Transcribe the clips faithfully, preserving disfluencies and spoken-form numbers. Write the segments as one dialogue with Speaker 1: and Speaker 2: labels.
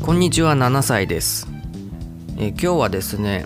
Speaker 1: こんにちは、ななさいです。え今日はですね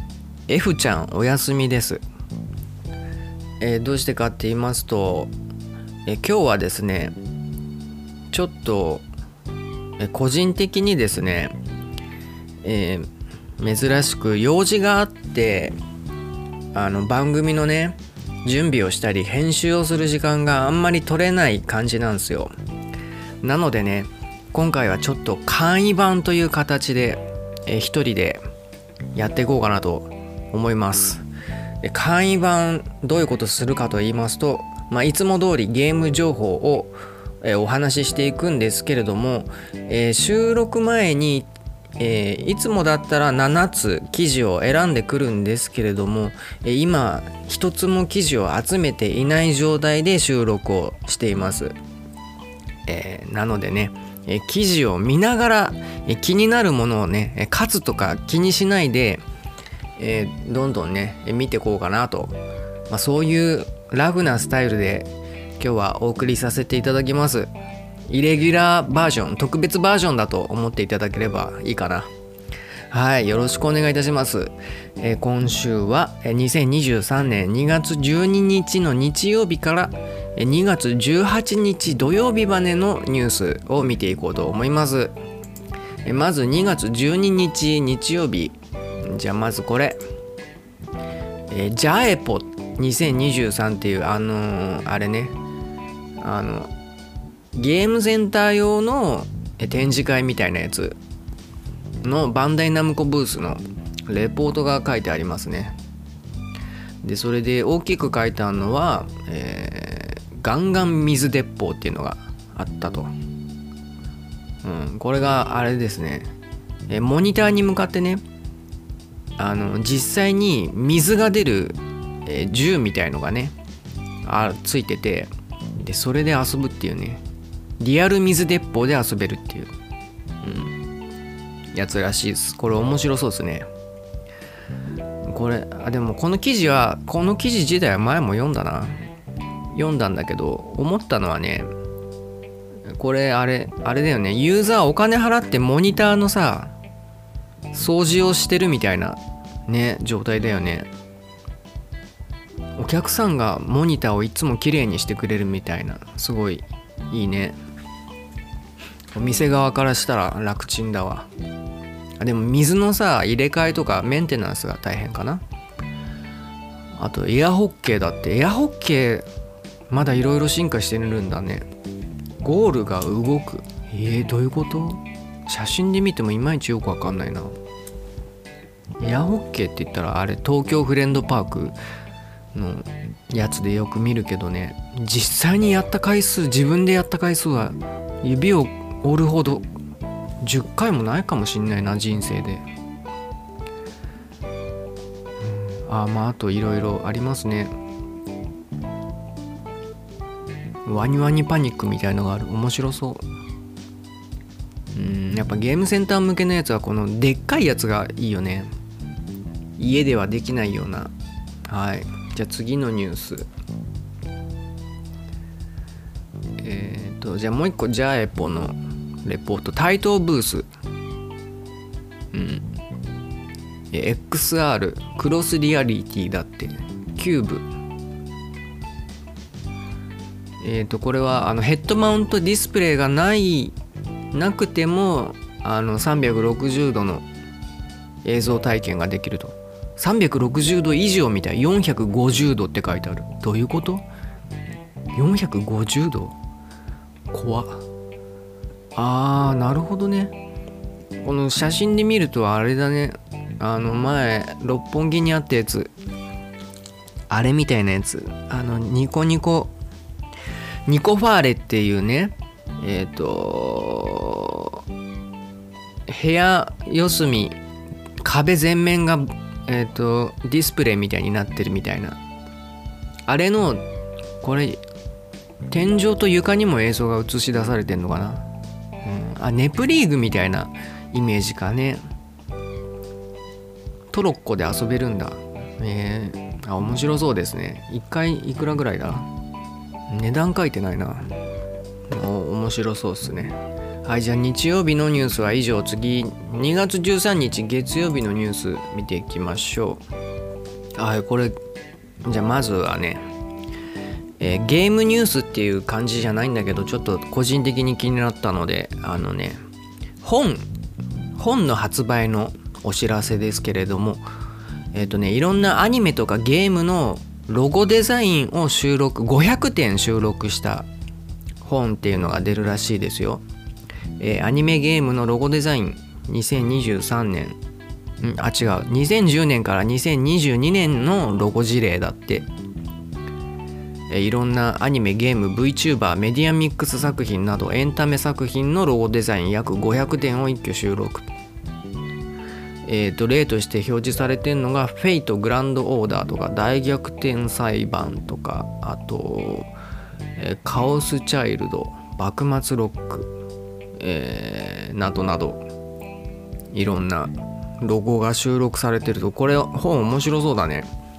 Speaker 1: F ちゃんお休みです。えどうしてかって言いますと、え今日はですねちょっとえ個人的にですね、えー、珍しく用事があってあの番組のね準備をしたり編集をする時間があんまり取れない感じなんですよ。なのでね今回はちょっと簡易版という形でえ一人でやっていこうかなと思います。で簡易版どういうことするかと言いますと、まあ、いつも通りゲーム情報をえお話ししていくんですけれども、えー、収録前に、えー、いつもだったらななつ記事を選んでくるんですけれども、えー、今一つも記事を集めていない状態で収録をしています。えー、なのでねえ記事を見ながらえ気になるものをね数とか気にしないで、えー、どんどんね見ていこうかなと、まあ、そういうラフなスタイルで今日はお送りさせていただきます。イレギュラーバージョン、特別バージョンだと思っていただければいいかな。はい、よろしくお願いいたします。えー、今週はにせんにじゅうさんねんにがつじゅうににちの日曜日からにがつじゅうはちにち土曜日までのニュースを見ていこうと思います。えー、まずにがつじゅうににち日曜日、じゃあまずこれ、えー、ジャエポにせんにじゅうさんっていうあのー、あれねあのゲームセンター用の展示会みたいなやつのバンダイナムコブースのレポートが書いてありますね。でそれで大きく書いてあるのは、えー、ガンガン水鉄砲っていうのがあったと、うん、これがあれですね、えモニターに向かってねあの実際に水が出る、えー、銃みたいのがねあついてて、でそれで遊ぶっていうね、リアル水鉄砲で遊べるっていう、うん、やつらしいです。これ面白そうですね。これあでもこの記事はこの記事自体は前も読んだな読んだんだけど思ったのはね、これあれあれだよね、ユーザーお金払ってモニターのさ掃除をしてるみたいなね状態だよね。お客さんがモニターをいつも綺麗にしてくれるみたいな、すごいいいね。お店側からしたら楽ちんだわ。でも水のさ入れ替えとかメンテナンスが大変かな。あとエアホッケーだって、エアホッケーまだいろいろ進化してるんだね。ゴールが動く、えー、どういうこと？写真で見てもいまいちよくわかんないな。エアホッケーって言ったらあれ東京フレンドパークのやつでよく見るけどね、実際にやった回数、自分でやった回数は指を折るほどじゅっかいもないかもしんないな人生で、うん、あまああといろいろありますね。ワニワニパニックみたいのがある、面白そう。うんやっぱゲームセンター向けのやつはこのでっかいやつがいいよね、家ではできないような。はい、じゃあ次のニュース、えっ、ー、とじゃあもう一個ジャエポのレポート、台東ブース、うん、エックスアール クロスリアリティだって、キューブ、えっ、ー、とこれはあのヘッドマウントディスプレイがないなくてもあのさんびゃくろくじゅうどの映像体験ができると。さんびゃくろくじゅうど以上みたい、よんひゃくごじゅうどって書いてある。どういうこと？ よんひゃくごじゅうど？怖っ。あーなるほどね。この写真で見るとあれだね、あの前六本木にあったやつ、あれみたいなやつ、あのニコニコニコファーレっていうね、えっ、ー、と部屋四隅壁全面がえっ、ー、とディスプレイみたいになってるみたいな、あれのこれ天井と床にも映像が映し出されてんのかな、うん、あネプリーグみたいなイメージかね。トロッコで遊べるんだ。えー、あ面白そうですね。いっかいいくらぐらいだ、値段書いてないな。お面白そうっすね。 はい、じゃあ日曜日のニュースは以上。次、にがつじゅうさんにち月曜日のニュース見ていきましょう。はい、これ、じゃあまずはね、えー、ゲームニュースっていう感じじゃないんだけど、ちょっと個人的に気になったので、あのね、本、本の発売のお知らせですけれども、えっとね、いろんなアニメとかゲームのロゴデザインを収録、ごひゃくてん収録した本っていうのが出るらしいですよ。えー、アニメゲームのロゴデザインにせんにじゅうさんねん、んあ違うにせんじゅうねんからにせんにじゅうにねんのロゴ事例だって。えー、いろんなアニメゲーム VTuber メディアミックス作品などエンタメ作品のロゴデザイン約ごひゃくてんを一挙収録。えーと例として表示されてるのがフェイトグランドオーダーとか大逆転裁判とか、あと、えー、カオスチャイルド、幕末ロック、えー、などなどいろんなロゴが収録されてると、これ本面白そうだね。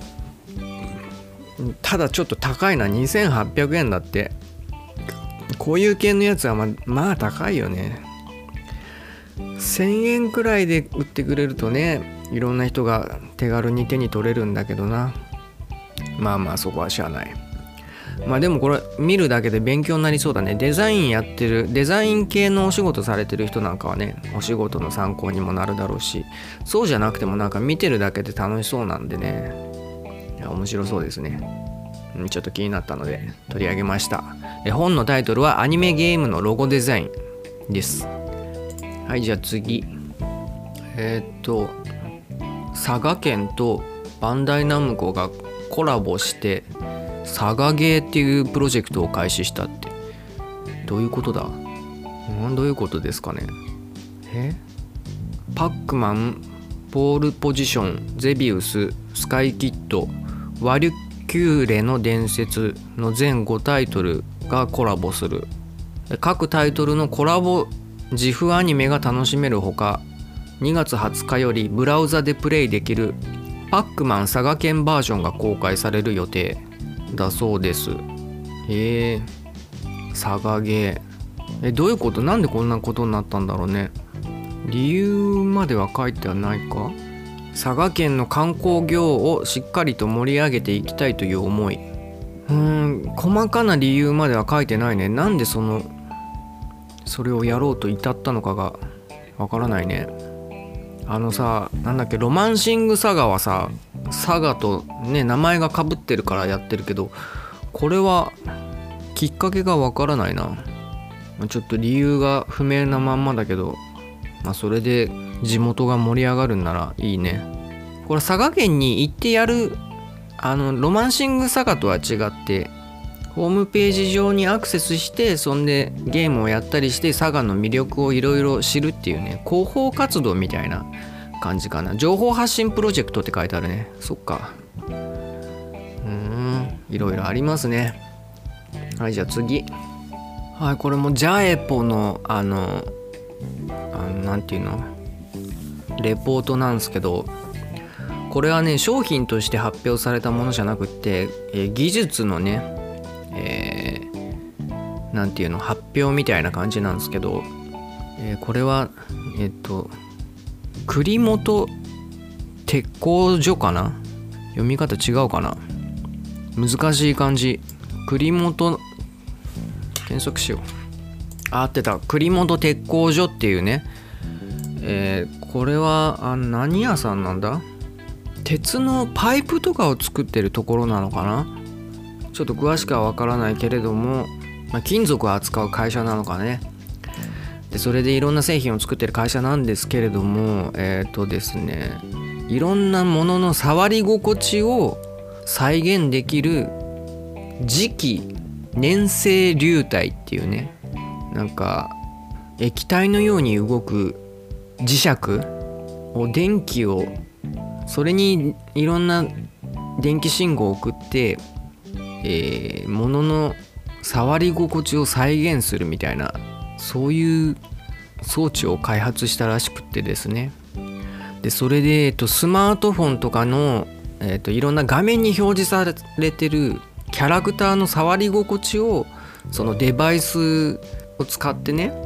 Speaker 1: ただちょっと高いな、にせんはっぴゃくえんだって。こういう系のやつはま、まあ高いよね。せんえんくらいで売ってくれるとね、いろんな人が手軽に手に取れるんだけどな。まあまあそこはしゃあない。まあでもこれ見るだけで勉強になりそうだね。デザインやってる、デザイン系のお仕事されてる人なんかはね、お仕事の参考にもなるだろうし、そうじゃなくてもなんか見てるだけで楽しそうなんでね、いや面白そうですね。ちょっと気になったので取り上げました。え本のタイトルはアニメゲームのロゴデザインです。はい、じゃあ次。えー、っと、佐賀県とバンダイナムコがコラボして佐賀ゲーっていうプロジェクトを開始したって。どういうことだ？んどういうことですかね。えパックマン、ポールポジション、ゼビウス、スカイキッド、ワリュキューレの伝説の全ごタイトルがコラボする。各タイトルのコラボ自負アニメが楽しめるほか、にがつはつかよりブラウザでプレイできるパックマン佐賀県バージョンが公開される予定だそうです。へえ、佐賀ゲー。え、どういうこと？なんでこんなことになったんだろうね。理由までは書いてはないか。佐賀県の観光業をしっかりと盛り上げていきたいという思い。うーん、細かな理由までは書いてないね。なんでそのそれをやろうと至ったのかがわからないね。あのさ、なんだっけ、ロマンシングサガはさ、サガとね名前がかぶってるからやってるけど、これはきっかけがわからないな。ちょっと理由が不明なまんまだけど、まあそれで地元が盛り上がるんならいいね。これ佐賀県に行ってやる、あのロマンシングサガとは違ってホームページ上にアクセスして、そんでゲームをやったりして佐賀の魅力をいろいろ知るっていうね、広報活動みたいな感じかな。情報発信プロジェクトって書いてあるね。そっか。うーん、いろいろありますね。はい、じゃあ次。はい、これもジャエポのあのあのなんていうのレポートなんですけど、これはね商品として発表されたものじゃなくって、えー、技術のね、えー、なんていうの発表みたいな感じなんですけど、えー、これはえっと栗本鉄工所かな、読み方違うかな、難しい漢字。栗本、検索しよう。あ、合ってた。栗本鉄工所っていうね、えー、これはあ何屋さんなんだ。鉄のパイプとかを作ってるところなのかな。ちょっと詳しくはわからないけれども、まあ、金属を扱う会社なのかね。でそれでいろんな製品を作ってる会社なんですけれども、えっとですねいろんなものの触り心地を再現できる磁気粘性流体っていうね、なんか液体のように動く磁石を、電気をそれにいろんな電気信号を送って、えー、物の触り心地を再現するみたいな、そういう装置を開発したらしくってですね。でそれで、えっと、スマートフォンとかの、えっと、いろんな画面に表示されてるキャラクターの触り心地をそのデバイスを使ってね、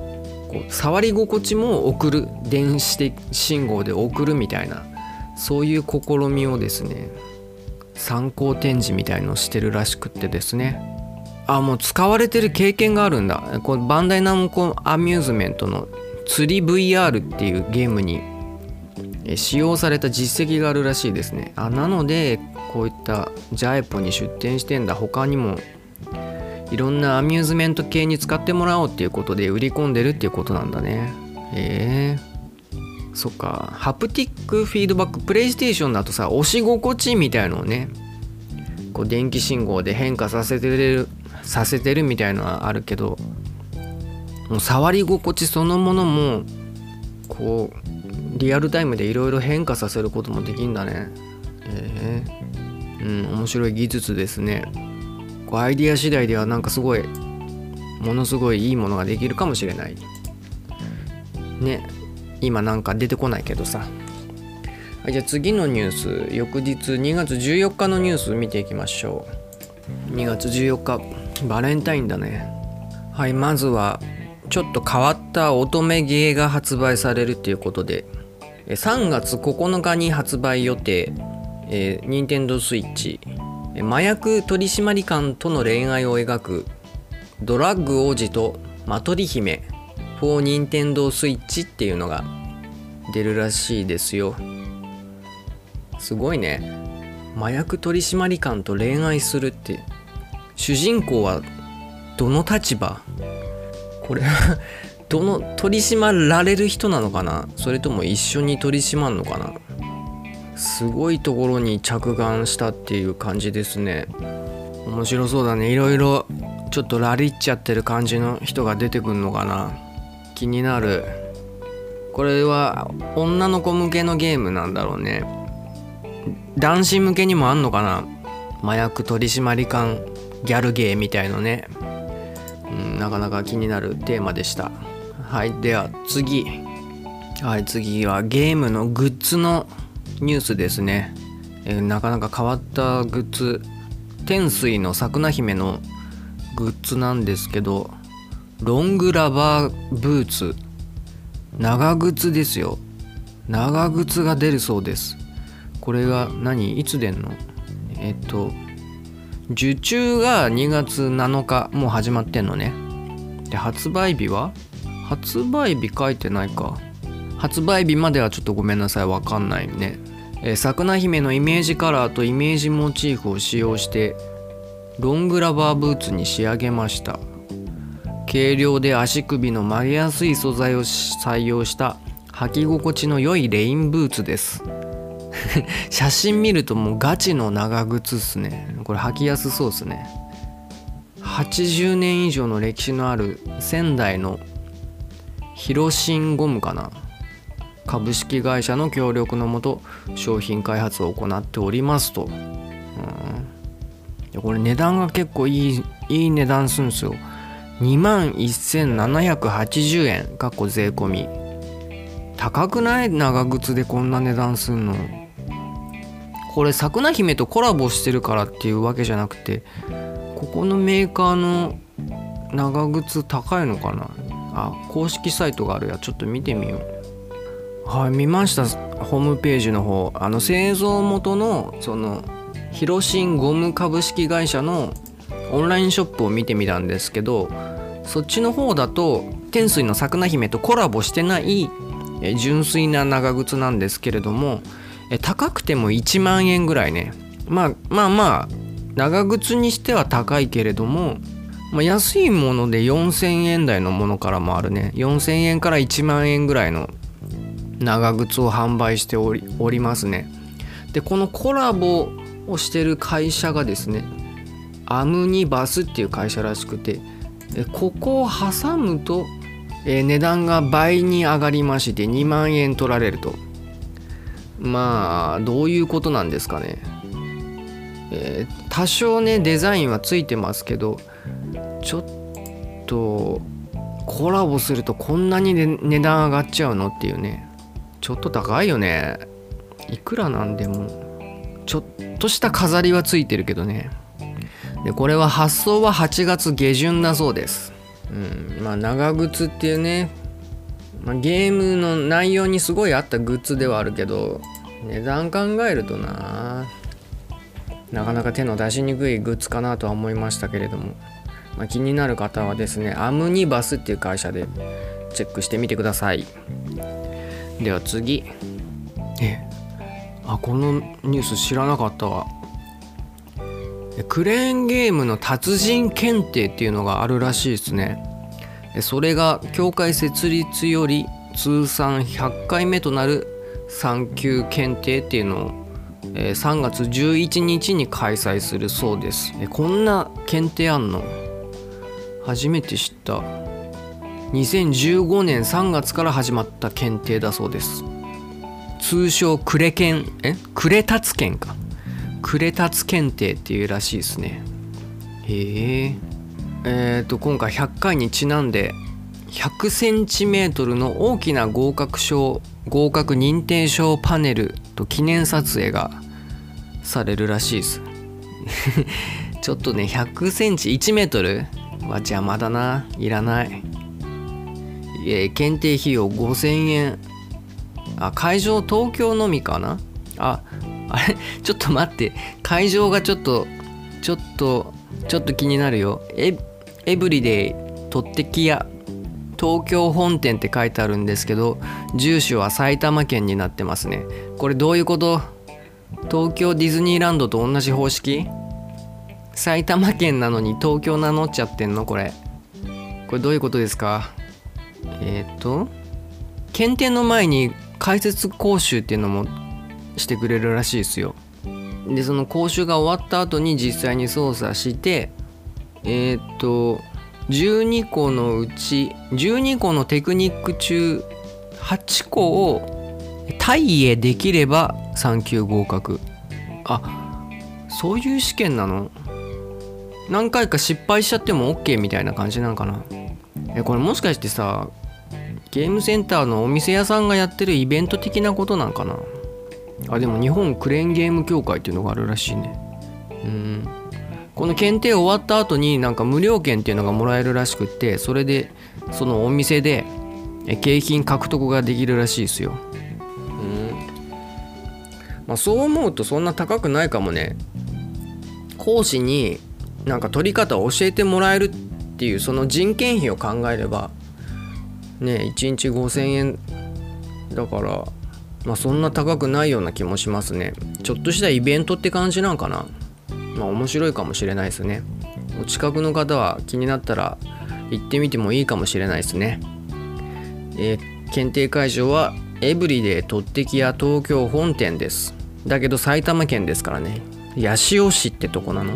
Speaker 1: こう触り心地も送る、電子的信号で送るみたいな、そういう試みをですね参考展示みたいのをしてるらしくってですね、あ、もう使われてる経験があるんだ。これバンダイナムコアミューズメントの釣り ブイアール っていうゲームに使用された実績があるらしいですね。あ、なのでこういったジャイポに出展してんだ。他にもいろんなアミューズメント系に使ってもらおうっていうことで売り込んでるっていうことなんだね。えー、そっか。ハプティックフィードバック、プレイステーションだとさ、押し心地みたいのをね、こう電気信号で変化させてるさせてるみたいのはあるけど、もう触り心地そのものもこうリアルタイムでいろいろ変化させることもできるんだね。えー、うん、面白い技術ですね。こうアイディア次第ではなんかすごいものすごいいいものができるかもしれないね。今なんか出てこないけどさ。はい、じゃあ次のニュース、翌日にがつじゅうよっかのニュース見ていきましょう。にがつじゅうよっかバレンタインだね。はい、まずはちょっと変わった乙女ゲーが発売されるっていうことで、さんがつここのかに発売予定、えー、ニンテンドースイッチ、麻薬取締官との恋愛を描くドラッグ王子とマトリ姫 for ニンテンドースイッチっていうのが出るらしいですよ。すごいね。麻薬取締官と恋愛するって、主人公はどの立場？これはどの取り締まられる人なのかな、それとも一緒に取り締まるのかな。すごいところに着眼したっていう感じですね。面白そうだね。いろいろちょっとラリっちゃってる感じの人が出てくるのかな。気になる。これは女の子向けのゲームなんだろうね。男子向けにもあんのかな。麻薬取締官ギャルゲーみたいのね。うん、なかなか気になるテーマでした。はい、では次。はい、次はゲームのグッズのニュースですね。えー、なかなか変わったグッズ。天水の桜姫のグッズなんですけど、ロングラバーブーツ、長靴ですよ。長靴が出るそうです。これが何、いつ出んの？えっと受注がにがつなのか、もう始まってんのね。で、発売日は発売日書いてないか。発売日まではちょっとごめんなさい、わかんないね。えー、桜姫のイメージカラーとイメージモチーフを使用してロングラバーブーツに仕上げました。軽量で足首の曲げやすい素材を採用した履き心地の良いレインブーツです写真見るともうガチの長靴っすね。これ履きやすそうっすね。はちじゅうねん以上の歴史のある仙台のヒロシンゴムかな、株式会社の協力のもと商品開発を行っておりますと。うん、これ値段が結構いいいい値段するんですよ。にまんせんななひゃくはちじゅうえんかっこ税込み。高くない？長靴でこんな値段すんの。これ桜姫とコラボしてるからっていうわけじゃなくて、ここのメーカーの長靴高いのかな。あ、公式サイトがあるや、ちょっと見てみよう。はい、見ました。ホームページの方、あの製造元のそのヒロシンゴム株式会社のオンラインショップを見てみたんですけど、そっちの方だと天水の桜姫とコラボしてないえ純粋な長靴なんですけれども、え高くてもいちまんえんぐらいね。まあまあまあ長靴にしては高いけれども、まあ、安いものでよんせんえん台のものからもあるね。よんせんえんからいちまんえんぐらいの長靴を販売しており、おりますね。で、このコラボをしてる会社がですね、アムニバスっていう会社らしくて、ここを挟むと、えー、値段が倍に上がりましてにまんえん取られると。まあどういうことなんですかね。えー、多少ねデザインはついてますけど、ちょっとコラボするとこんなに、ね、値段上がっちゃうのっていうね。ちょっと高いよね。いくらなんでもちょっとした飾りはついてるけどね。で、これは発送ははちがつげじゅんだそうです。うん、まあ長靴っていうねまあ、ゲームの内容にすごい合ったグッズではあるけど、値段考えるとななかなか手の出しにくいグッズかなとは思いましたけれども、まあ、気になる方はですね、アムニバスっていう会社でチェックしてみてください。では次、えあこのニュース知らなかったわ。クレーンゲームの達人検定っていうのがあるらしいですね。それが協会設立より通算ひゃっかいめとなるさん級検定っていうのをさんがつじゅういちにちに開催するそうです。こんな検定あんの？初めて知った。にせんじゅうごねんさんがつから始まった検定だそうです。通称クレ検えクレタツ検かクレタツ検定っていうらしいですね。へえ。えーと今回ひゃっかいにちなんでひゃくセンチメートルの大きな合格証合格認定証パネルと記念撮影がされるらしいですちょっとねひゃくセンチいちメートルは邪魔だな、いらない。えー、検定費用ごせんえん。あ、会場東京のみかな。ああれちょっと待って、会場がちょっとちょっとちょっと気になるよ。エエブリデイとってき屋東京本店って書いてあるんですけど、住所は埼玉県になってますね。これどういうこと？東京ディズニーランドと同じ方式？埼玉県なのに東京名乗っちゃってんの？これこれどういうことですか？えっと検定の前に解説講習っていうのもしてくれるらしいですよ。でその講習が終わった後に実際に操作して、えっとじゅうにこのうちじゅうにこのテクニック中はちこを体絵できればさん級合格。あ、そういう試験なの？何回か失敗しちゃっても OK みたいな感じなんかな。えこれもしかしてさ、ゲームセンターのお店屋さんがやってるイベント的なことなんかな。あ、でも日本クレーンゲーム協会っていうのがあるらしいね。うん。この検定終わった後になんか無料券っていうのがもらえるらしくって、それでそのお店で景品獲得ができるらしいですよ。うん。まあそう思うとそんな高くないかもね。講師になんか取り方を教えてもらえるっていうその人件費を考えればね、いちにちごせんえんだから、まあそんな高くないような気もしますね。ちょっとしたイベントって感じなんかな。まあ面白いかもしれないですね。お近くの方は気になったら行ってみてもいいかもしれないですね。えー、検定会場はエブリデイとってき屋東京本店です。だけど埼玉県ですからね。八潮市ってとこなの？うん。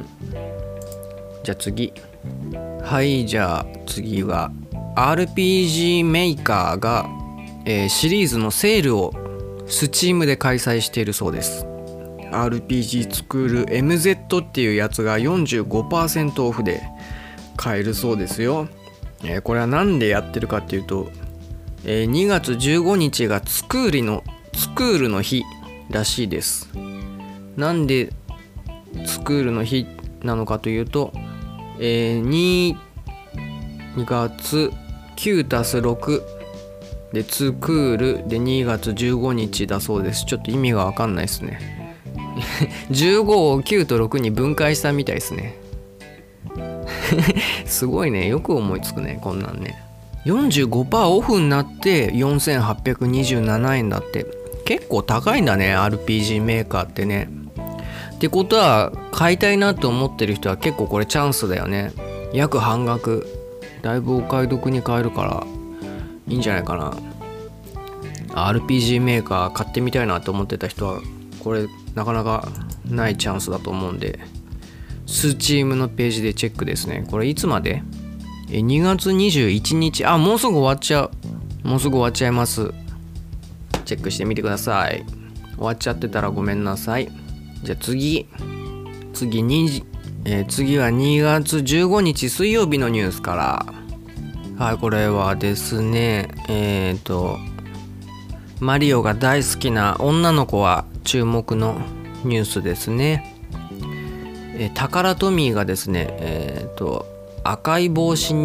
Speaker 1: じゃあ次。はい、じゃあ次は アールピージー メーカーが、えー、シリーズのセールをスチームで開催しているそうです。 アールピージー スクール エムゼット っていうやつが よんじゅうごパーセント オフで買えるそうですよ。えー、これは何でやってるかっていうと、えー、にがつじゅうごにちがスクールのスクールの日らしいです。なんでスクールの日なのかというと、えー、にがつきゅうたすろくでツクールでにがつじゅうごにちだそうです。ちょっと意味が分かんないですねじゅうごをきゅうとろくに分解したみたいですねすごいね、よく思いつくね、こんなんね。 よんじゅうごパーセント オフになってよんせんはっぴゃくにじゅうななえんだって。結構高いんだね アールピージー メーカーってね。ってことは買いたいなと思ってる人は結構これチャンスだよね。約半額、だいぶお買い得に買えるからいいんじゃないかな。 アールピージー メーカー買ってみたいなと思ってた人はこれなかなかないチャンスだと思うんで、スチームのページでチェックですね。これいつまで？えにがつにじゅういちにち、あ、もうすぐ終わっちゃう。もうすぐ終わっちゃいます。チェックしてみてください。終わっちゃってたらごめんなさい。じゃあ次次に、えー、次はにがつじゅうごにち水曜日のニュースから。はい、これはですね、えっとマリオが大好きな女の子は注目のニュースですね。えー、タカラトミーがですね、えっと赤い帽子に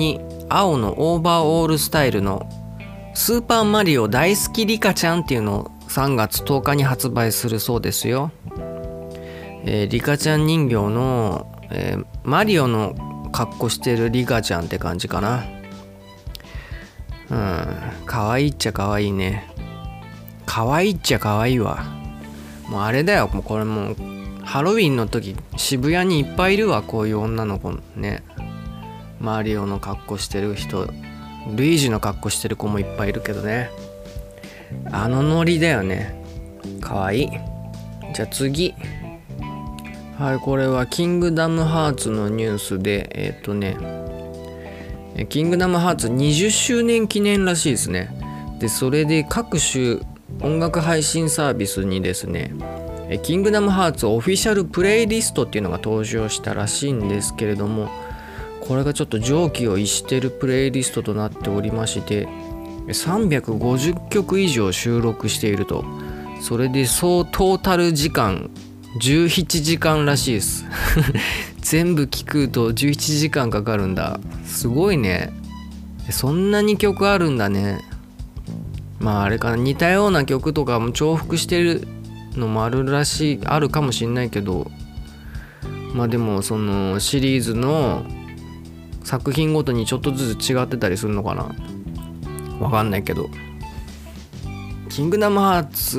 Speaker 1: 青のオーバーオールスタイルのスーパーマリオ大好きリカちゃんっていうのをさんがつとおかに発売するそうですよ。えー、リカちゃん人形の、えー、マリオの格好してるリカちゃんって感じかな。うん、可愛いっちゃ可愛いね。可愛いっちゃ可愛いわ。もうあれだよ、もうこれもうハロウィンの時渋谷にいっぱいいるわ、こういう女の子ね。マリオの格好してる人、ルイージの格好してる子もいっぱいいるけどね。あのノリだよね。可愛い。じゃあ次。はい、これはキングダムハーツのニュースで、えっとね、キングダムハーツにじゅっしゅうねん記念らしいですね。で、それで各種音楽配信サービスにですね、キングダムハーツオフィシャルプレイリストっていうのが登場したらしいんですけれども、これがちょっと常軌を逸してるプレイリストとなっておりまして、さんびゃくごじゅっきょく以上収録していると。それで総トータル時間じゅうななじかんらしいです全部聞くとじゅうななじかんかかるんだ。すごいね。そんなに曲あるんだね。まああれかな、似たような曲とかも重複してるのもあるらしい、あるかもしんないけど、まあでもそのシリーズの作品ごとにちょっとずつ違ってたりするのかな、わかんないけど。キングダムハーツ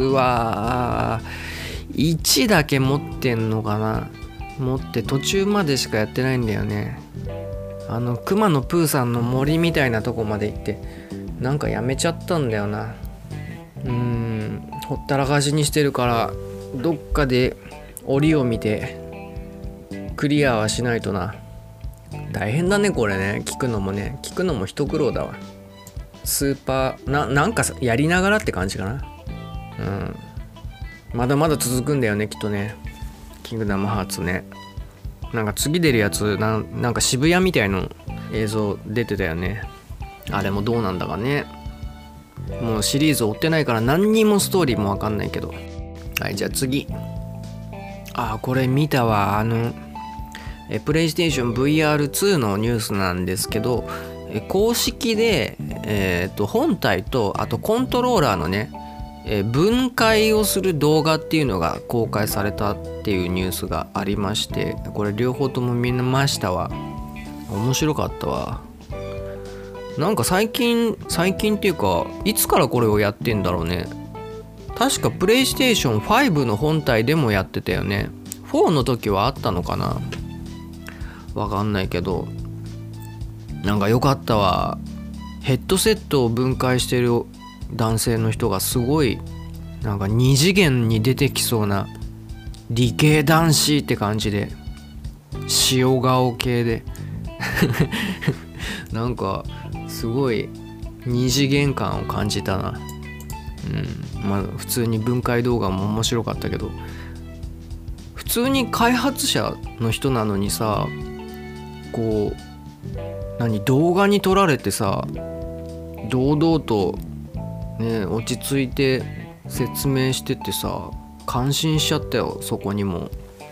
Speaker 1: はいちだけ持ってんのかな。持って途中までしかやってないんだよね。あのクマのプーさんの森みたいなとこまで行ってなんかやめちゃったんだよな。うーん、ほったらかしにしてるからどっかで折を見てクリアはしないとな。大変だねこれね。聞くのもね、聞くのも一苦労だわ。スーパーな、なんかやりながらって感じかな。うん、まだまだ続くんだよねきっとね、キングダムハーツね。なんか次出るやつ な, なんか渋谷みたいな映像出てたよね。あれもどうなんだかね。もうシリーズ追ってないから何にもストーリーもわかんないけど。はい、じゃあ次。あ、これ見たわ。あのえプレイステーション ブイアールツー のニュースなんですけど、え公式で、えー、と本体とあとコントローラーのね、え分解をする動画っていうのが公開されたっていうニュースがありまして、これ両方とも見ましたわ。面白かったわ。なんか最近最近っていうかいつからこれをやってんだろうね。確かプレイステーションファイブの本体でもやってたよね。フォーの時はあったのかな、わかんないけど、なんか良かったわ。ヘッドセットを分解してる男性の人がすごいなんか二次元に出てきそうな理系男子って感じで、塩顔系でなんかすごい二次元感を感じたな。うん、まあ普通に分解動画も面白かったけど、普通に開発者の人なのにさ、こう何動画に撮られてさ、堂々とね落ち着いて説明しててさ、感心しちゃったよ。そこにも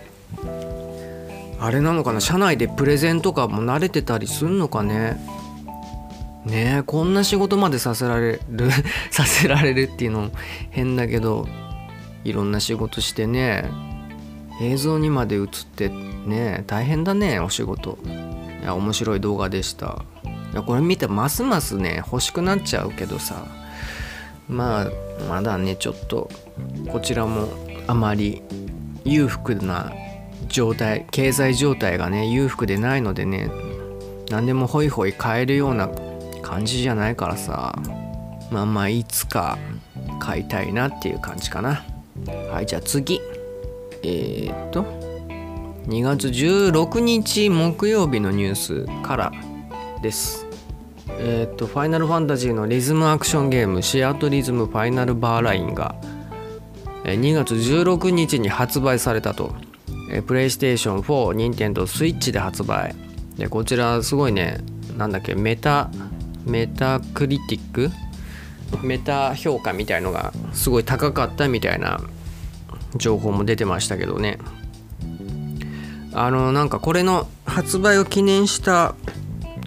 Speaker 1: あれなのかな、社内でプレゼンとかも慣れてたりすんのかね。ねえ、こんな仕事までさせられるさせられるっていうのも変だけど、いろんな仕事してね、映像にまで映ってね、大変だねお仕事。いや面白い動画でした。いやこれ見てますますね欲しくなっちゃうけどさ、まあまだねちょっとこちらもあまり裕福な状態、経済状態がね裕福でないのでね、何でもホイホイ買えるような感じじゃないからさ、まあまあいつか買いたいなっていう感じかな。はい、じゃあ次。えー、っとにがつじゅうろくにち木曜日のニュースからです。えー、っとファイナルファンタジーのリズムアクションゲームシアトリズムファイナルバーラインがにがつじゅうろくにちに発売されたと。プレイステーションフォー、ニンテンドースイッチで発売で、こちらすごいね、なんだっけ、メタメタクリティックメタ評価みたいのがすごい高かったみたいな情報も出てましたけどね。あのなんかこれの発売を記念した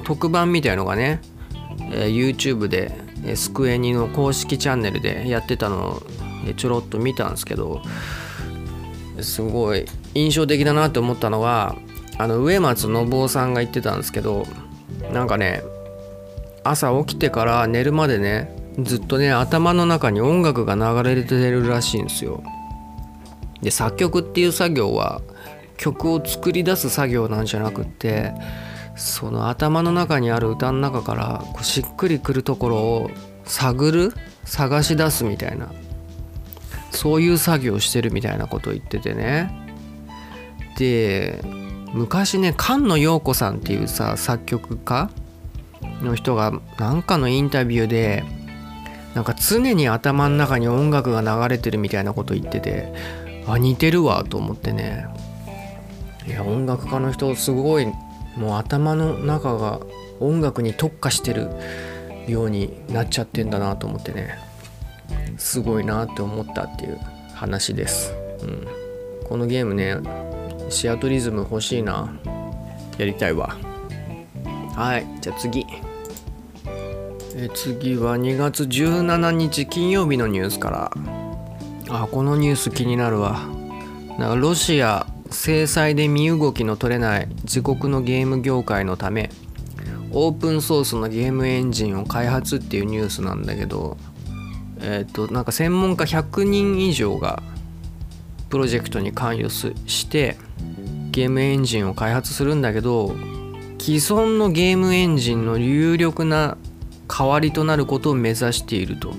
Speaker 1: 特番みたいのがね、えー、YouTube で、えー、スクエニの公式チャンネルでやってたのを、えー、ちょろっと見たんですけど、すごい印象的だなって思ったのは、あの植松信夫さんが言ってたんですけど、なんかね、朝起きてから寝るまでね、ずっとね頭の中に音楽が流れてるらしいんですよ。で、作曲っていう作業は曲を作り出す作業なんじゃなくって、その頭の中にある歌の中からこうしっくりくるところを探る探し出すみたいな、そういう作業をしてるみたいなことを言っててね。で、昔ね、菅野陽子さんっていうさ作曲家の人がなんかのインタビューで、なんか常に頭の中に音楽が流れてるみたいなこと言ってて、あ、似てるわと思ってね。いや、音楽家の人すごい、もう頭の中が音楽に特化してるようになっちゃってんだなと思ってね、すごいなって思ったっていう話です、うん、このゲームね、シアトリズム欲しいな、やりたいわ。はい、じゃあ次え次はにがつじゅうしちにち金曜日のニュースから。あ、このニュース気になるわ。なんかロシア制裁で身動きの取れない自国のゲーム業界のためオープンソースのゲームエンジンを開発っていうニュースなんだけど、えっとなんか専門家ひゃくにん以上がプロジェクトに関与してゲームエンジンを開発するんだけど、既存のゲームエンジンの有力な代わりとなることを目指していると。うん、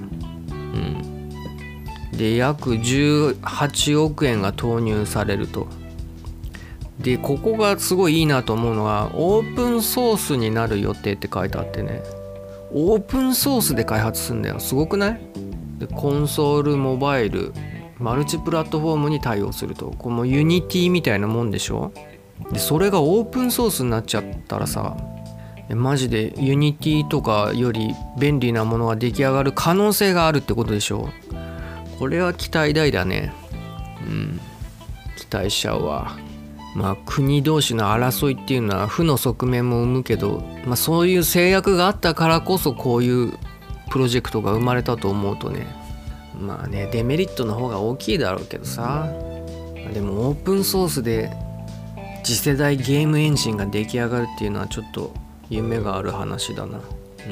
Speaker 1: で、約じゅうはちおくえんが投入されると。で、ここがすごいいいなと思うのは、オープンソースになる予定って書いてあってね、オープンソースで開発するんだよ。すごくない？で、コンソール、モバイル、マルチプラットフォームに対応すると。このユニティみたいなもんでしょ。で、それがオープンソースになっちゃったらさ、マジでユニティとかより便利なものが出来上がる可能性があるってことでしょ。これは期待大だね。うん、期待しちゃうわ。まあ国同士の争いっていうのは負の側面も生むけど、まあ、そういう制約があったからこそこういうプロジェクトが生まれたと思うとね、まあね、デメリットの方が大きいだろうけどさ。でもオープンソースで次世代ゲームエンジンが出来上がるっていうのはちょっと夢がある話だな。うん、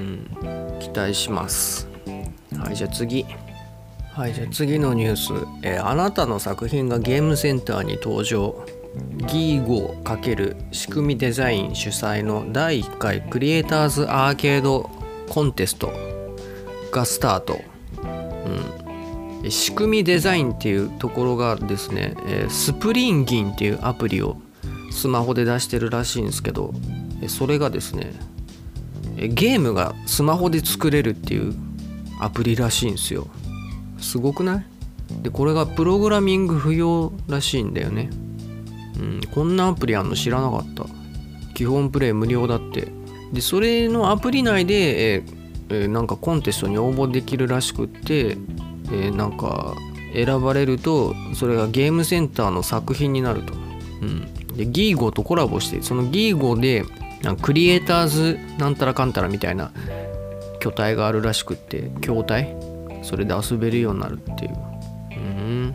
Speaker 1: 期待します。はい、じゃあ次。はい、じゃあ次のニュース。えー、あなたの作品がゲームセンターに登場。ギーゴ×仕組みデザイン主催のだいいっかいクリエイターズアーケードコンテストがスタート。うん、仕組みデザインっていうところがですね、えー、スプリンギンっていうアプリをスマホで出してるらしいんですけど、それがですね、ゲームがスマホで作れるっていうアプリらしいんですよ。すごくない？で、これがプログラミング不要らしいんだよね。うん、こんなアプリあんの知らなかった。基本プレイ無料だって。で、それのアプリ内で、えーえー、なんかコンテストに応募できるらしくって、えー、なんか選ばれるとそれがゲームセンターの作品になると。うん、で、ギーゴとコラボして、そのギーゴでクリエイターズなんたらかんたらみたいな巨体があるらしくって、筐体それで遊べるようになるっていう。うん、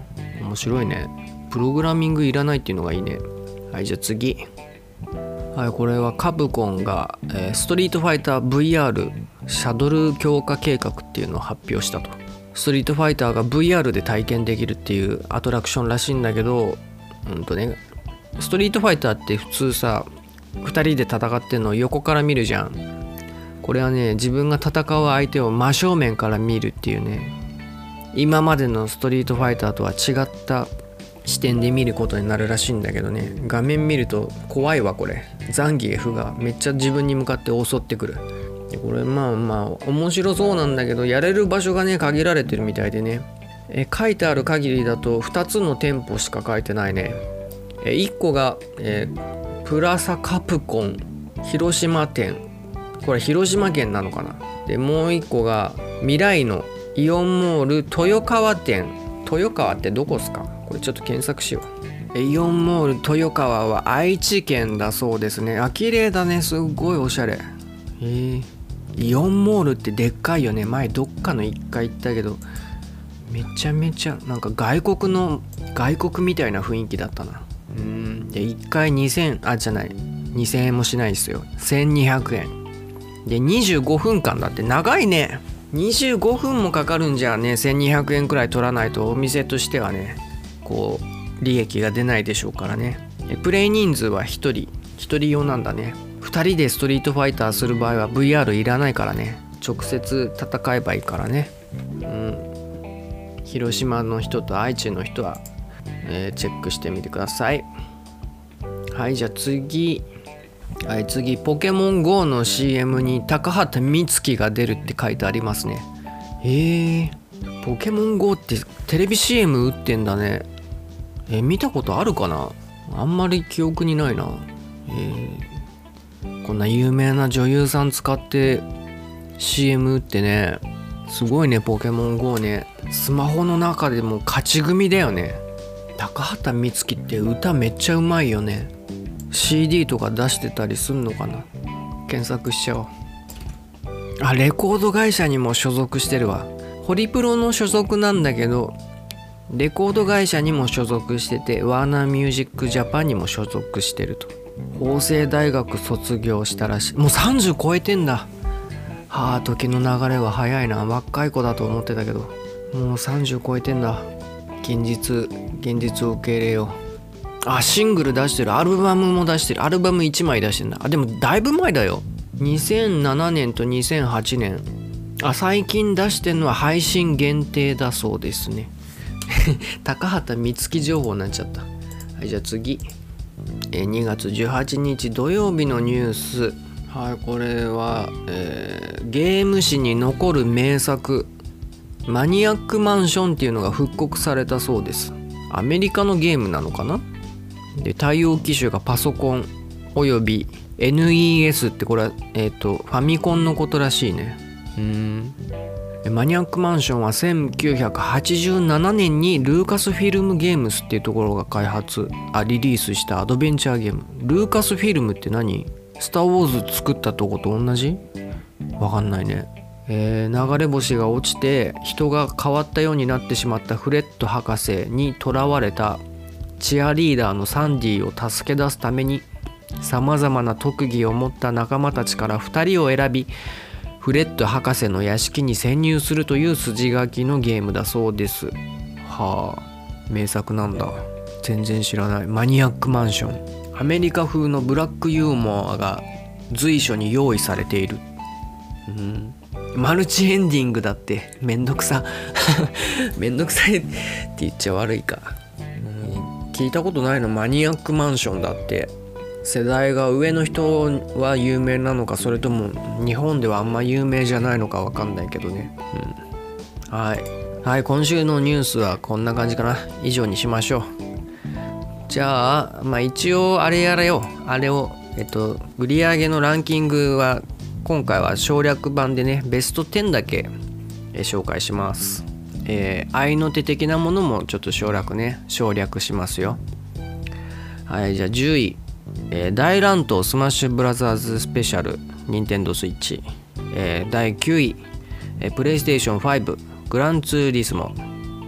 Speaker 1: 面白いね。プログラミングいらないっていうのがいいね。はい、じゃあ次。はい、これはカプコンが、えー、ストリートファイター ブイアール シャドル強化計画っていうのを発表したと。ストリートファイターが ブイアール で体験できるっていうアトラクションらしいんだけど、うんとね、ストリートファイターって普通さ、ふたりで戦ってんのを横から見るじゃん。これはね、自分が戦う相手を真正面から見るっていうね、今までのストリートファイターとは違った視点で見ることになるらしいんだけどね、画面見ると怖いわ。これザンギエフがめっちゃ自分に向かって襲ってくる。で、これまあまあ面白そうなんだけど、やれる場所がね限られてるみたいでね、え書いてある限りだとふたつの店舗しか書いてないね。えいっこが、えー、プラザカプコン広島店、これ広島県なのかな。で、もういっこが未来のイオンモール豊川店。豊川ってどこっすか？これちょっと検索しよう。イオンモール豊川は愛知県だそうですね。あ、綺麗だね。すっごいおしゃれ。 えー、イオンモールってでっかいよね。前どっかの一回行ったけど、めちゃめちゃなんか外国の外国みたいな雰囲気だったな。うーんでいっかいにせんあじゃないにせんえんもしないですよ。せんにひゃくえんでにじゅうごふんかんだって。長いね。にじゅうごふんもかかるんじゃね。せんにひゃくえんくらい取らないとお店としてはね、こう利益が出ないでしょうからね。プレイ人数はひとりひとり用なんだね。ふたりでストリートファイターする場合は ブイアール いらないからね。直接戦えばいいからね。うん広島の人と愛知の人は、えー、チェックしてみてください。はい、じゃあ次はい次ポケモン ゴー の シーエム に高畑充希が出るって書いてありますね。えー、ポケモン ゴー ってテレビ シーエム 打ってんだね。えー、見たことあるかな。あんまり記憶にないな。えー、こんな有名な女優さん使って シーエム 打ってね、すごいね。ポケモン ゴー ね、スマホの中でも勝ち組だよね。高畑充希って歌めっちゃうまいよね。シーディー とか出してたりすんのかな。検索しちゃおう。あ、レコード会社にも所属してるわ。ホリプロの所属なんだけどレコード会社にも所属してて、ワーナーミュージックジャパンにも所属してると。法政大学卒業したらしい。もうさんじゅう超えてんだ。はあ、時の流れは早いな。若い子だと思ってたけどもうさんじゅう超えてんだ。現実現実を受け入れよう。あ、シングル出してる。アルバムも出してる。アルバムいちまい出してるんだ。あ、でもだいぶ前だよ。にせんななねんとにせんはちねん。あ、最近出してるのは配信限定だそうですね。高畑充希情報になっちゃった。はい、じゃあ次。えにがつじゅうはちにち土曜日のニュース。はい、これは、えー、ゲーム史に残る名作マニアックマンションっていうのが復刻されたそうです。アメリカのゲームなのかな。で対応機種がパソコンおよび エヌイーエス って、これは、えーと、ファミコンのことらしいね。うーんマニアックマンションはせんきゅうひゃくはちじゅうななねんにルーカスフィルムゲームスっていうところが開発あリリースしたアドベンチャーゲーム。ルーカスフィルムって何？スター・ウォーズ作ったとこと同じ？わかんないね。えー、流れ星が落ちて人が変わったようになってしまったフレッド博士に囚われたチアリーダーのサンディを助け出すためにさまざまな特技を持った仲間たちからふたりを選び、フレッド博士の屋敷に潜入するという筋書きのゲームだそうです。はあ、名作なんだ。全然知らない。マニアックマンション。アメリカ風のブラックユーモアが随所に用意されている。うん、マルチエンディングだって。めんどくさめんどくさいって言っちゃ悪いか。聞いたことないの。マニアックマンションだって。世代が上の人は有名なのか、それとも日本ではあんま有名じゃないのかわかんないけどね。うん、はいはい、今週のニュースはこんな感じかな。以上にしましょう。じゃあまあ一応あれやれよ。あれをえっと売り上げのランキングは今回は省略版でね、ベストじゅうだけえ紹介します。えー、合いの手的なものもちょっと省略ね、省略しますよ。はい、じゃあじゅうい、えー、大乱闘スマッシュブラザーズスペシャルニンテンドースイッチ、えー、だいきゅうい、えー、プレイステーションファイブグランツーリスモ、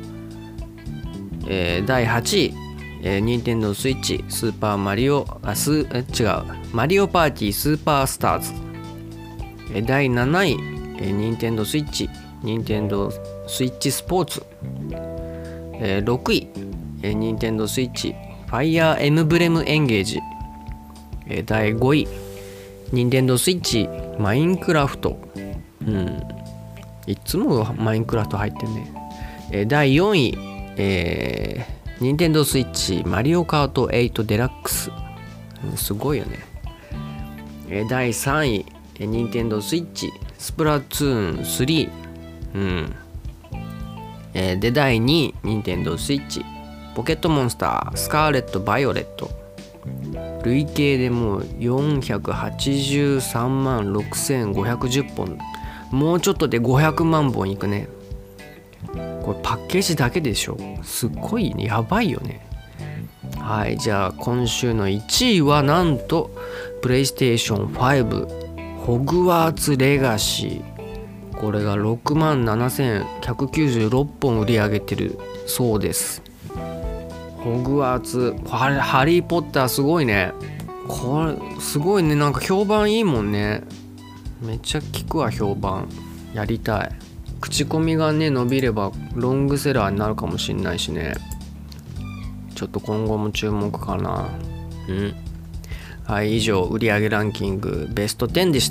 Speaker 1: えー、だいはちい、えー、ニンテンドースイッチスーパーマリオあスえ違うマリオパーティースーパースターズ、えー、だいなない、えー、ニンテンドースイッチニンテンドースイッチスポーツ、えー、ろくい、えー、ニンテンドースイッチファイヤーエムブレムエンゲージ、えー、だいごいニンテンドースイッチマインクラフト、うん、いつもマインクラフト入ってるね。えー、だいよんい、えー、ニンテンドースイッチマリオカートエイトデラックス、うん、すごいよね。えー、だいさんい、えー、ニンテンドースイッチスプラトゥーンスリー、うんえー、でだいにいニンテンドースイッチポケットモンスタースカーレットバイオレット、累計でもうよんひゃくはちじゅうさんまんろくせんごひゃくじゅっぽん、もうちょっとでごひゃくまんぼんいくね。これパッケージだけでしょ。すっごいね、やばいよね。はい、じゃあ今週のいちいはなんとプレイステーションファイブホグワーツレガシー、これがろくまんななせんひゃくきゅうじゅうろっぽん売り上げてるそうです。ホグワーツハリ、ハリーポッターすごいね。これすごいね、なんか評判いいもんね。めっちゃ聞くわ評判。やりたい。口コミがね伸びればロングセラーになるかもしんないしね。ちょっと今後も注目かな。うん。はい、以上売上ランキングベストじゅうでした。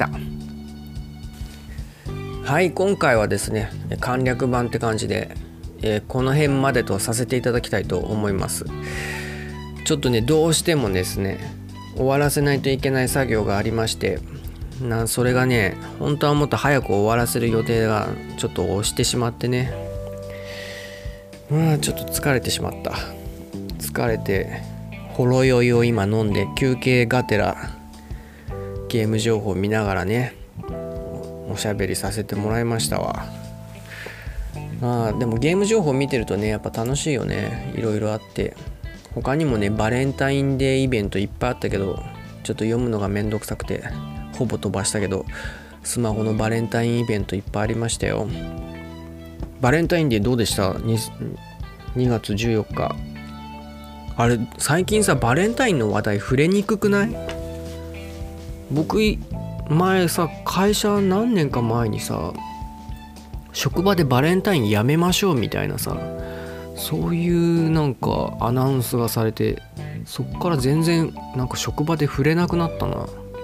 Speaker 1: はい、今回はですね簡略版って感じで、えー、この辺までとさせていただきたいと思います。ちょっとねどうしてもですね終わらせないといけない作業がありまして、なそれがね本当はもっと早く終わらせる予定がちょっと押してしまってね、うんちょっと疲れてしまった。疲れてほろ酔いを今飲んで休憩がてらゲーム情報見ながらねおしゃべりさせてもらいましたわ。まあでもゲーム情報見てるとねやっぱ楽しいよね。いろいろあって他にもねバレンタインデーイベントいっぱいあったけどちょっと読むのがめんどくさくてほぼ飛ばしたけど、スマホのバレンタインイベントいっぱいありましたよ。バレンタインデーどうでした？ にがつじゅうよっか。あれ最近さバレンタインの話題触れにくくない？僕前さ会社何年か前にさ職場でバレンタインやめましょうみたいなさそういうなんかアナウンスがされて、そっから全然なんか職場で触れなくなったな。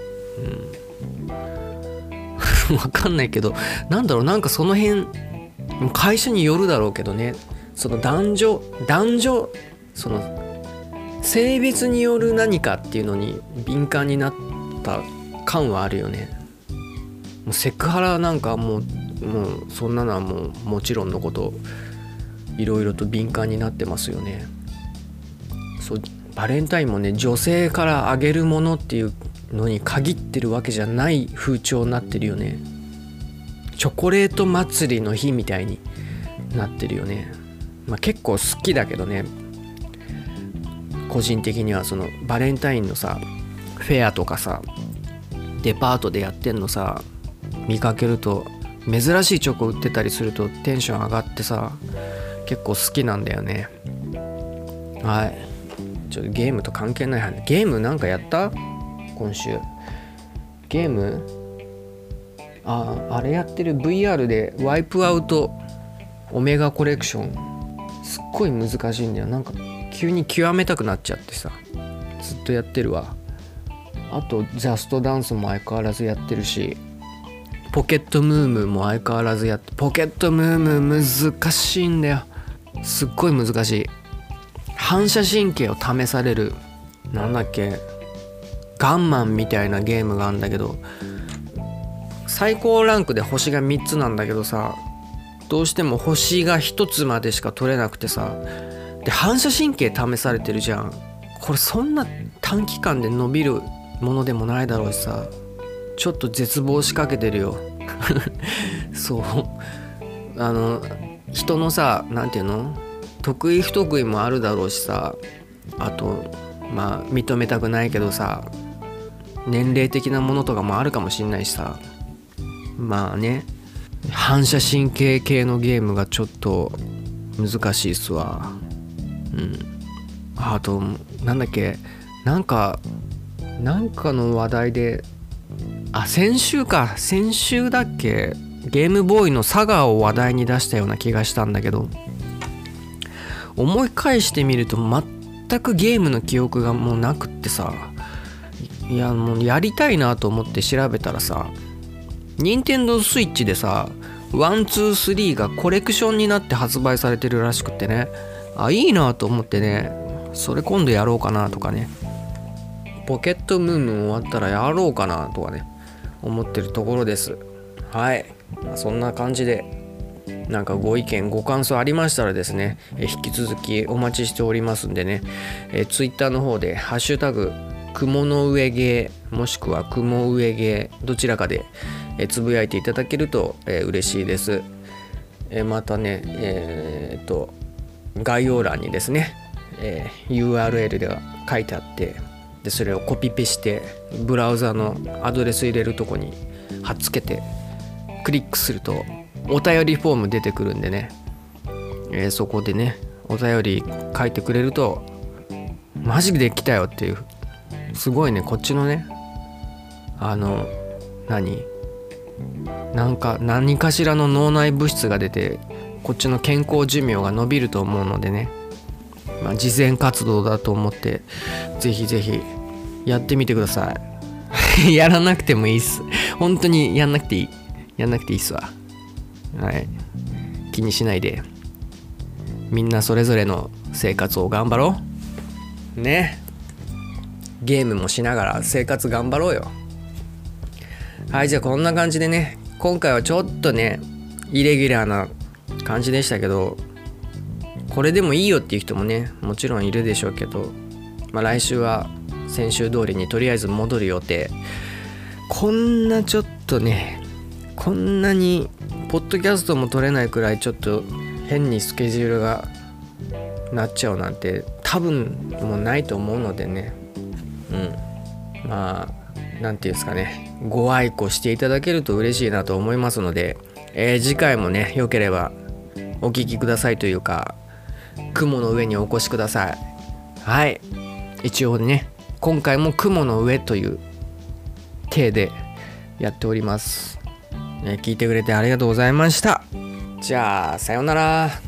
Speaker 1: うんわかんないけどなんだろう、なんかその辺会社によるだろうけどね、その男女男女その性別による何かっていうのに敏感になった感はあるよね。もうセクハラなんかもうもうそんなのはもうもちろんのこといろいろと敏感になってますよね。そうバレンタインもね女性からあげるものっていうのに限ってるわけじゃない風潮になってるよね。チョコレート祭りの日みたいになってるよね。まあ結構好きだけどね、個人的にはそのバレンタインのさフェアとかさデパートでやってんのさ見かけると珍しいチョコ売ってたりするとテンション上がってさ結構好きなんだよね。はい、ちょっとゲームと関係ない話。ゲームなんかやった？今週ゲームああれやってる ブイアール でワイプアウトオメガコレクションすっごい難しいんだよ。なんか急に極めたくなっちゃってさずっとやってるわ。あとジャストダンスも相変わらずやってるし、ポケットムームーも相変わらずやって、ポケットムームー難しいんだよ。すっごい難しい。反射神経を試されるなんだっけガンマンみたいなゲームがあるんだけど、最高ランクで星がみっつなんだけどさ、どうしても星がひとつまでしか取れなくてさ、で反射神経試されてるじゃん。これそんな短期間で伸びるものでもないだろうしさ、ちょっと絶望しかけてるよそうあの人のさなんていうの得意不得意もあるだろうしさ、あとまあ認めたくないけどさ年齢的なものとかもあるかもしんないしさ、まあね反射神経系のゲームがちょっと難しいっすわ。うんあとなんだっけなんかなんかの話題であ先週か先週だっけゲームボーイのサガを話題に出したような気がしたんだけど、思い返してみると全くゲームの記憶がもうなくってさ、いやもうやりたいなと思って調べたらさ、任天堂スイッチでさワンツースリーがコレクションになって発売されてるらしくってね、あいいなと思ってね、それ今度やろうかなとかね、ポケットムーム終わったらやろうかなとかね思ってるところです。はい、そんな感じでなんかご意見ご感想ありましたらですね、え引き続きお待ちしておりますんでね、えツイッターの方でハッシュタグ雲の上ゲーもしくは雲上ゲーどちらかでえつぶやいていただけるとえ嬉しいです。えまたねえー、っと概要欄にですね、えー、ユーアールエル が書いてあって、でそれをコピペしてブラウザのアドレス入れるとこに貼っつけてクリックするとお便りフォーム出てくるんでね、えー、そこでねお便り書いてくれるとマジで来たよっていう、すごいね、こっちのねあの何なんか何かしらの脳内物質が出てこっちの健康寿命が伸びると思うのでね、まあ、慈善活動だと思ってぜひぜひやってみてくださいやらなくてもいいっす、本当にやんなくていいやんなくていいっすわ。はい、気にしないでみんなそれぞれの生活を頑張ろうね。ゲームもしながら生活頑張ろうよ。はい、じゃあこんな感じでね、今回はちょっとねイレギュラーな感じでしたけど、これでもいいよっていう人もねもちろんいるでしょうけど、まあ、来週は先週通りにとりあえず戻る予定。こんなちょっとねこんなにポッドキャストも撮れないくらいちょっと変にスケジュールがなっちゃうなんて多分もうないと思うのでね、うん、まあなんていうんですかね、ご愛顧していただけると嬉しいなと思いますので、えー、次回もねよければお聞きくださいというか、雲の上にお越しください。はい、一応ね今回も雲の上という体でやっております、ね、聞いてくれてありがとうございました。じゃあさようなら。